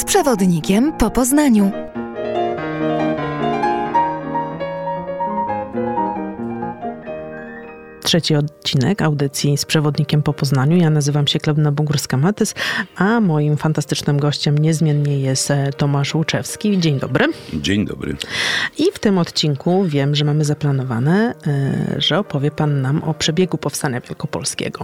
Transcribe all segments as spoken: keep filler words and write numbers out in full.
przewodnikiem po Poznaniu. Trzeci odcinek audycji z przewodnikiem po Poznaniu. Ja nazywam się Klebna Bugórska-Matys, a moim fantastycznym gościem niezmiennie jest Tomasz Łuczewski. Dzień dobry. Dzień dobry. I w tym odcinku wiem, że mamy zaplanowane, że opowie pan nam o przebiegu Powstania Wielkopolskiego.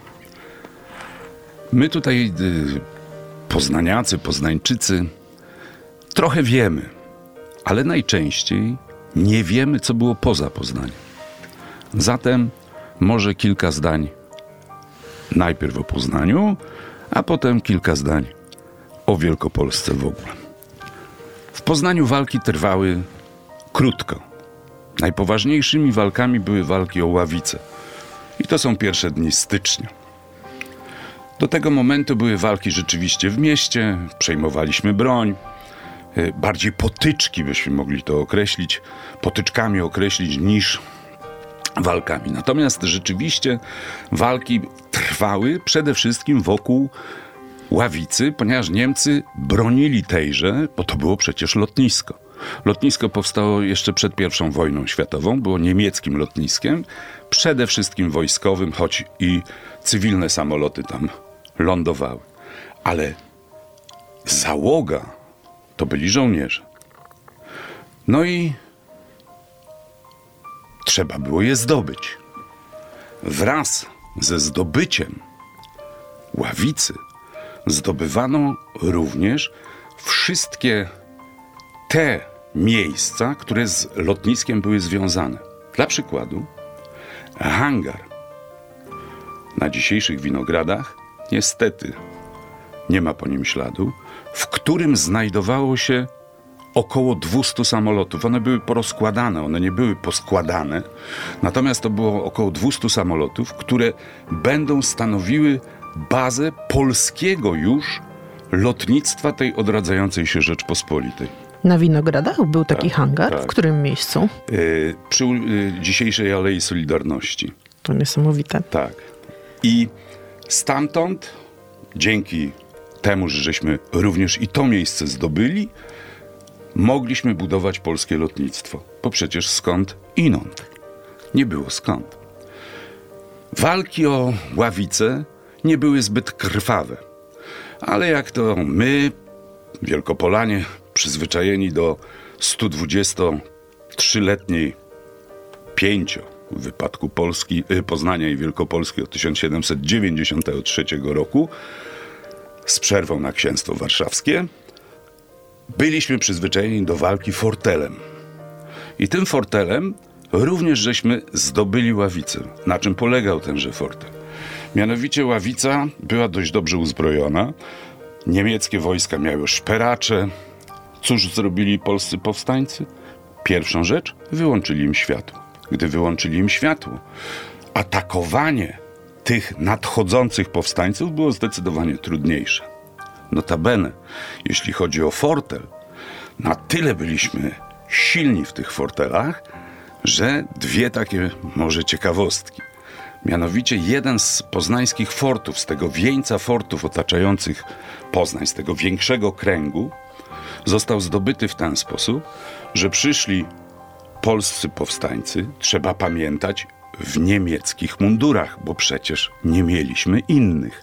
My tutaj, poznaniacy, poznańczycy, trochę wiemy, ale najczęściej nie wiemy, co było poza Poznaniem. Zatem może kilka zdań najpierw o Poznaniu, a potem kilka zdań o Wielkopolsce w ogóle. W Poznaniu walki trwały krótko. Najpoważniejszymi walkami były walki o Ławice. I to są pierwsze dni stycznia. Do tego momentu były walki rzeczywiście w mieście, przejmowaliśmy broń, bardziej potyczki byśmy mogli to określić, potyczkami określić niż walkami. Natomiast rzeczywiście walki trwały przede wszystkim wokół Ławicy, ponieważ Niemcy bronili tejże, bo to było przecież lotnisko. Lotnisko powstało jeszcze przed pierwszą wojną światową, było niemieckim lotniskiem, przede wszystkim wojskowym, choć i cywilne samoloty tam lądowały. Ale załoga to byli żołnierze. No i trzeba było je zdobyć. Wraz ze zdobyciem Ławicy zdobywano również wszystkie te miejsca, które z lotniskiem były związane. Dla przykładu hangar na dzisiejszych Winogradach niestety nie ma po nim śladu, w którym znajdowało się około dwieście samolotów. One były porozkładane, one nie były poskładane. Natomiast to było około dwieście samolotów, które będą stanowiły bazę polskiego już lotnictwa tej odradzającej się Rzeczpospolitej. Na Winogradach był taki tak, hangar? Tak. W którym miejscu? Yy, przy yy, dzisiejszej Alei Solidarności. To niesamowite. Tak. I stamtąd, dzięki temu, że żeśmy również i to miejsce zdobyli, mogliśmy budować polskie lotnictwo. Bo przecież skąd inąd? Nie było skąd. Walki o Ławice nie były zbyt krwawe. Ale jak to my, Wielkopolanie, przyzwyczajeni do sto dwudziestotrzyletniej pięcio w wypadku Polski, Poznania i Wielkopolski od tysiąc siedemset dziewięćdziesiątego trzeciego roku z przerwą na Księstwo Warszawskie, byliśmy przyzwyczajeni do walki fortelem. I tym fortelem również żeśmy zdobyli Ławicę. Na czym polegał tenże fortel? Mianowicie Ławica była dość dobrze uzbrojona. Niemieckie wojska miały szperacze. Cóż zrobili polscy powstańcy? Pierwszą rzecz, wyłączyli im światło. Gdy wyłączyli im światło, atakowanie tych nadchodzących powstańców było zdecydowanie trudniejsze. Notabene, jeśli chodzi o fortel, na tyle byliśmy silni w tych fortelach, że dwie takie może ciekawostki. Mianowicie jeden z poznańskich fortów, z tego wieńca fortów otaczających Poznań, z tego większego kręgu, został zdobyty w ten sposób, że przyszli polscy powstańcy, trzeba pamiętać, w niemieckich mundurach, bo przecież nie mieliśmy innych.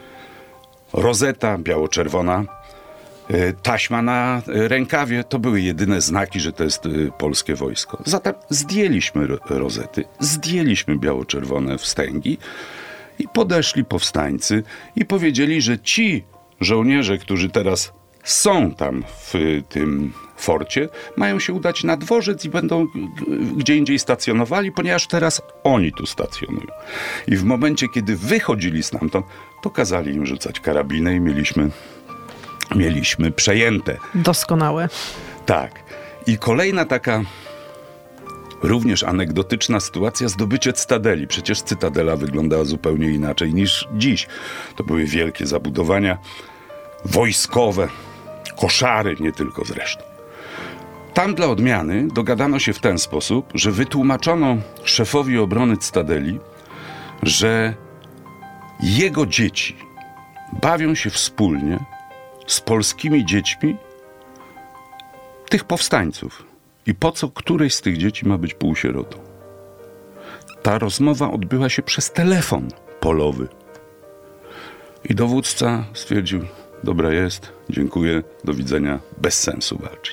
Rozeta biało-czerwona, taśma na rękawie, to były jedyne znaki, że to jest polskie wojsko. Zatem zdjęliśmy rozety, zdjęliśmy biało-czerwone wstęgi i podeszli powstańcy i powiedzieli, że ci żołnierze, którzy teraz są tam w tym forcie, mają się udać na dworzec i będą gdzie indziej stacjonowali, ponieważ teraz oni tu stacjonują. I w momencie, kiedy wychodzili stamtąd, to kazali im rzucać karabiny i mieliśmy, mieliśmy przejęte. Doskonałe. Tak. I kolejna taka również anegdotyczna sytuacja, zdobycie Cytadeli. Przecież Cytadela wyglądała zupełnie inaczej niż dziś. To były wielkie zabudowania wojskowe, koszary, nie tylko zresztą. Tam dla odmiany dogadano się w ten sposób, że wytłumaczono szefowi obrony Cytadeli, że jego dzieci bawią się wspólnie z polskimi dziećmi tych powstańców i po co któreś z tych dzieci ma być półsierotą. Ta rozmowa odbyła się przez telefon polowy. I dowódca stwierdził, dobra jest, dziękuję, do widzenia, bez sensu walczyć.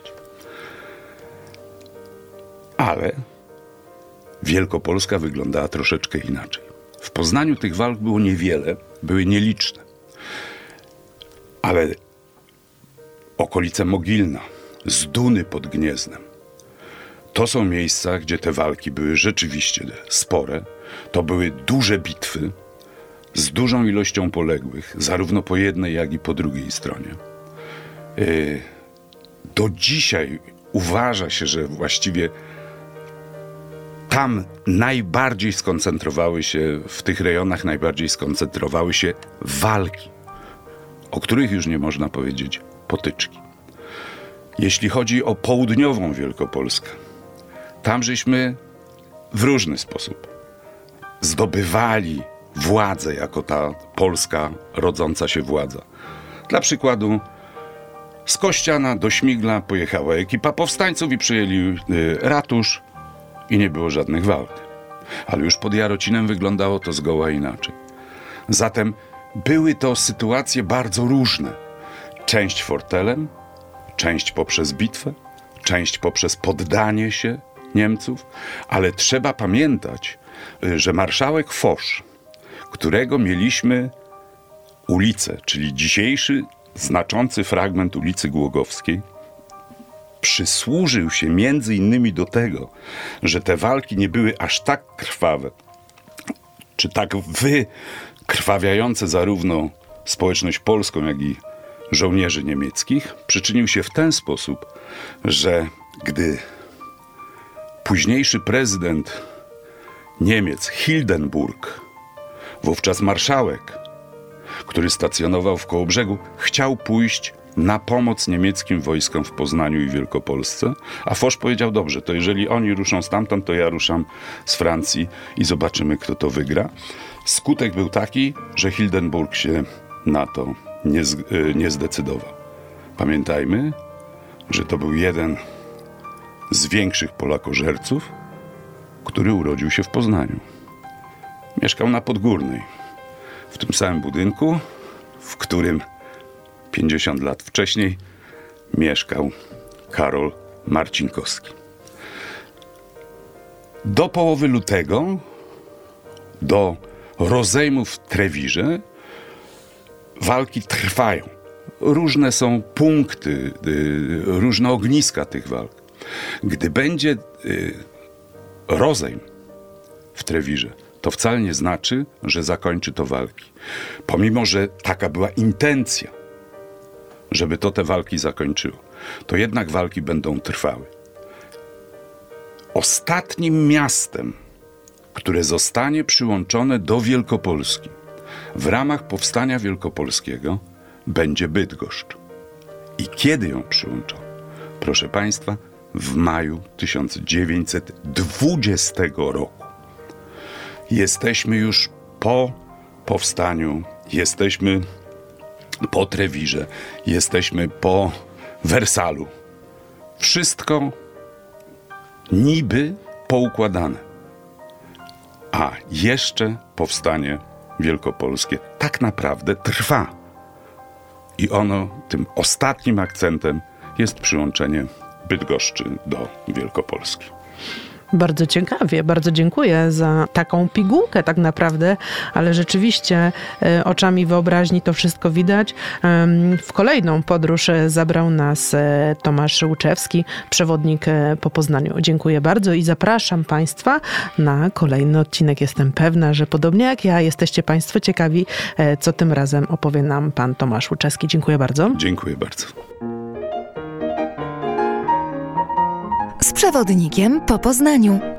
Ale Wielkopolska wyglądała troszeczkę inaczej. W Poznaniu tych walk było niewiele, były nieliczne. Ale okolice Mogilna, Zduny pod Gniezdnem, to są miejsca, gdzie te walki były rzeczywiście spore. To były duże bitwy z dużą ilością poległych, zarówno po jednej, jak i po drugiej stronie. Do dzisiaj uważa się, że właściwie tam najbardziej skoncentrowały się, w tych rejonach najbardziej skoncentrowały się walki, o których już nie można powiedzieć potyczki. Jeśli chodzi o południową Wielkopolskę, tam żeśmy w różny sposób zdobywali władzę jako ta polska rodząca się władza. Dla przykładu, z Kościana do Śmigla pojechała ekipa powstańców i przejęli y, ratusz i nie było żadnych walk. Ale już pod Jarocinem wyglądało to zgoła inaczej. Zatem były to sytuacje bardzo różne. Część fortelem, część poprzez bitwę, część poprzez poddanie się Niemców, ale trzeba pamiętać, że marszałek Foch, którego mieliśmy ulicę, czyli dzisiejszy znaczący fragment ulicy Głogowskiej, przysłużył się między innymi do tego, że te walki nie były aż tak krwawe, czy tak wykrwawiające zarówno społeczność polską, jak i żołnierzy niemieckich, przyczynił się w ten sposób, że gdy późniejszy prezydent Niemiec Hindenburg, wówczas marszałek, który stacjonował w Kołobrzegu, chciał pójść na pomoc niemieckim wojskom w Poznaniu i Wielkopolsce, a Foch powiedział, dobrze, to jeżeli oni ruszą stamtąd, to ja ruszam z Francji i zobaczymy, kto to wygra. Skutek był taki, że Hindenburg się na to nie, nie zdecydował. Pamiętajmy, że to był jeden z większych Polakożerców, który urodził się w Poznaniu. Mieszkał na Podgórnej, w tym samym budynku, w którym pięćdziesiąt lat wcześniej mieszkał Karol Marcinkowski. Do połowy lutego, do rozejmu w Trewirze, walki trwają. Różne są punkty, różne ogniska tych walk. Gdy będzie rozejm w Trewirze, to wcale nie znaczy, że zakończy to walki. Pomimo, że taka była intencja, żeby to te walki zakończyło, to jednak walki będą trwały. Ostatnim miastem, które zostanie przyłączone do Wielkopolski w ramach powstania wielkopolskiego, będzie Bydgoszcz. I kiedy ją przyłączono? Proszę Państwa, w maju tysiąc dziewięćset dwudziestego roku. Jesteśmy już po powstaniu, jesteśmy po Trewirze, jesteśmy po Wersalu. Wszystko niby poukładane. A jeszcze powstanie wielkopolskie tak naprawdę trwa. I ono tym ostatnim akcentem jest przyłączenie Bydgoszczy do Wielkopolski. Bardzo ciekawie, bardzo dziękuję za taką pigułkę tak naprawdę, ale rzeczywiście e, oczami wyobraźni to wszystko widać. E, w kolejną podróż zabrał nas e, Tomasz Łuczewski, przewodnik e, po Poznaniu. Dziękuję bardzo i zapraszam Państwa na kolejny odcinek. Jestem pewna, że podobnie jak ja jesteście Państwo ciekawi, e, co tym razem opowie nam pan Tomasz Łuczewski. Dziękuję bardzo. Dziękuję bardzo. Z przewodnikiem po Poznaniu.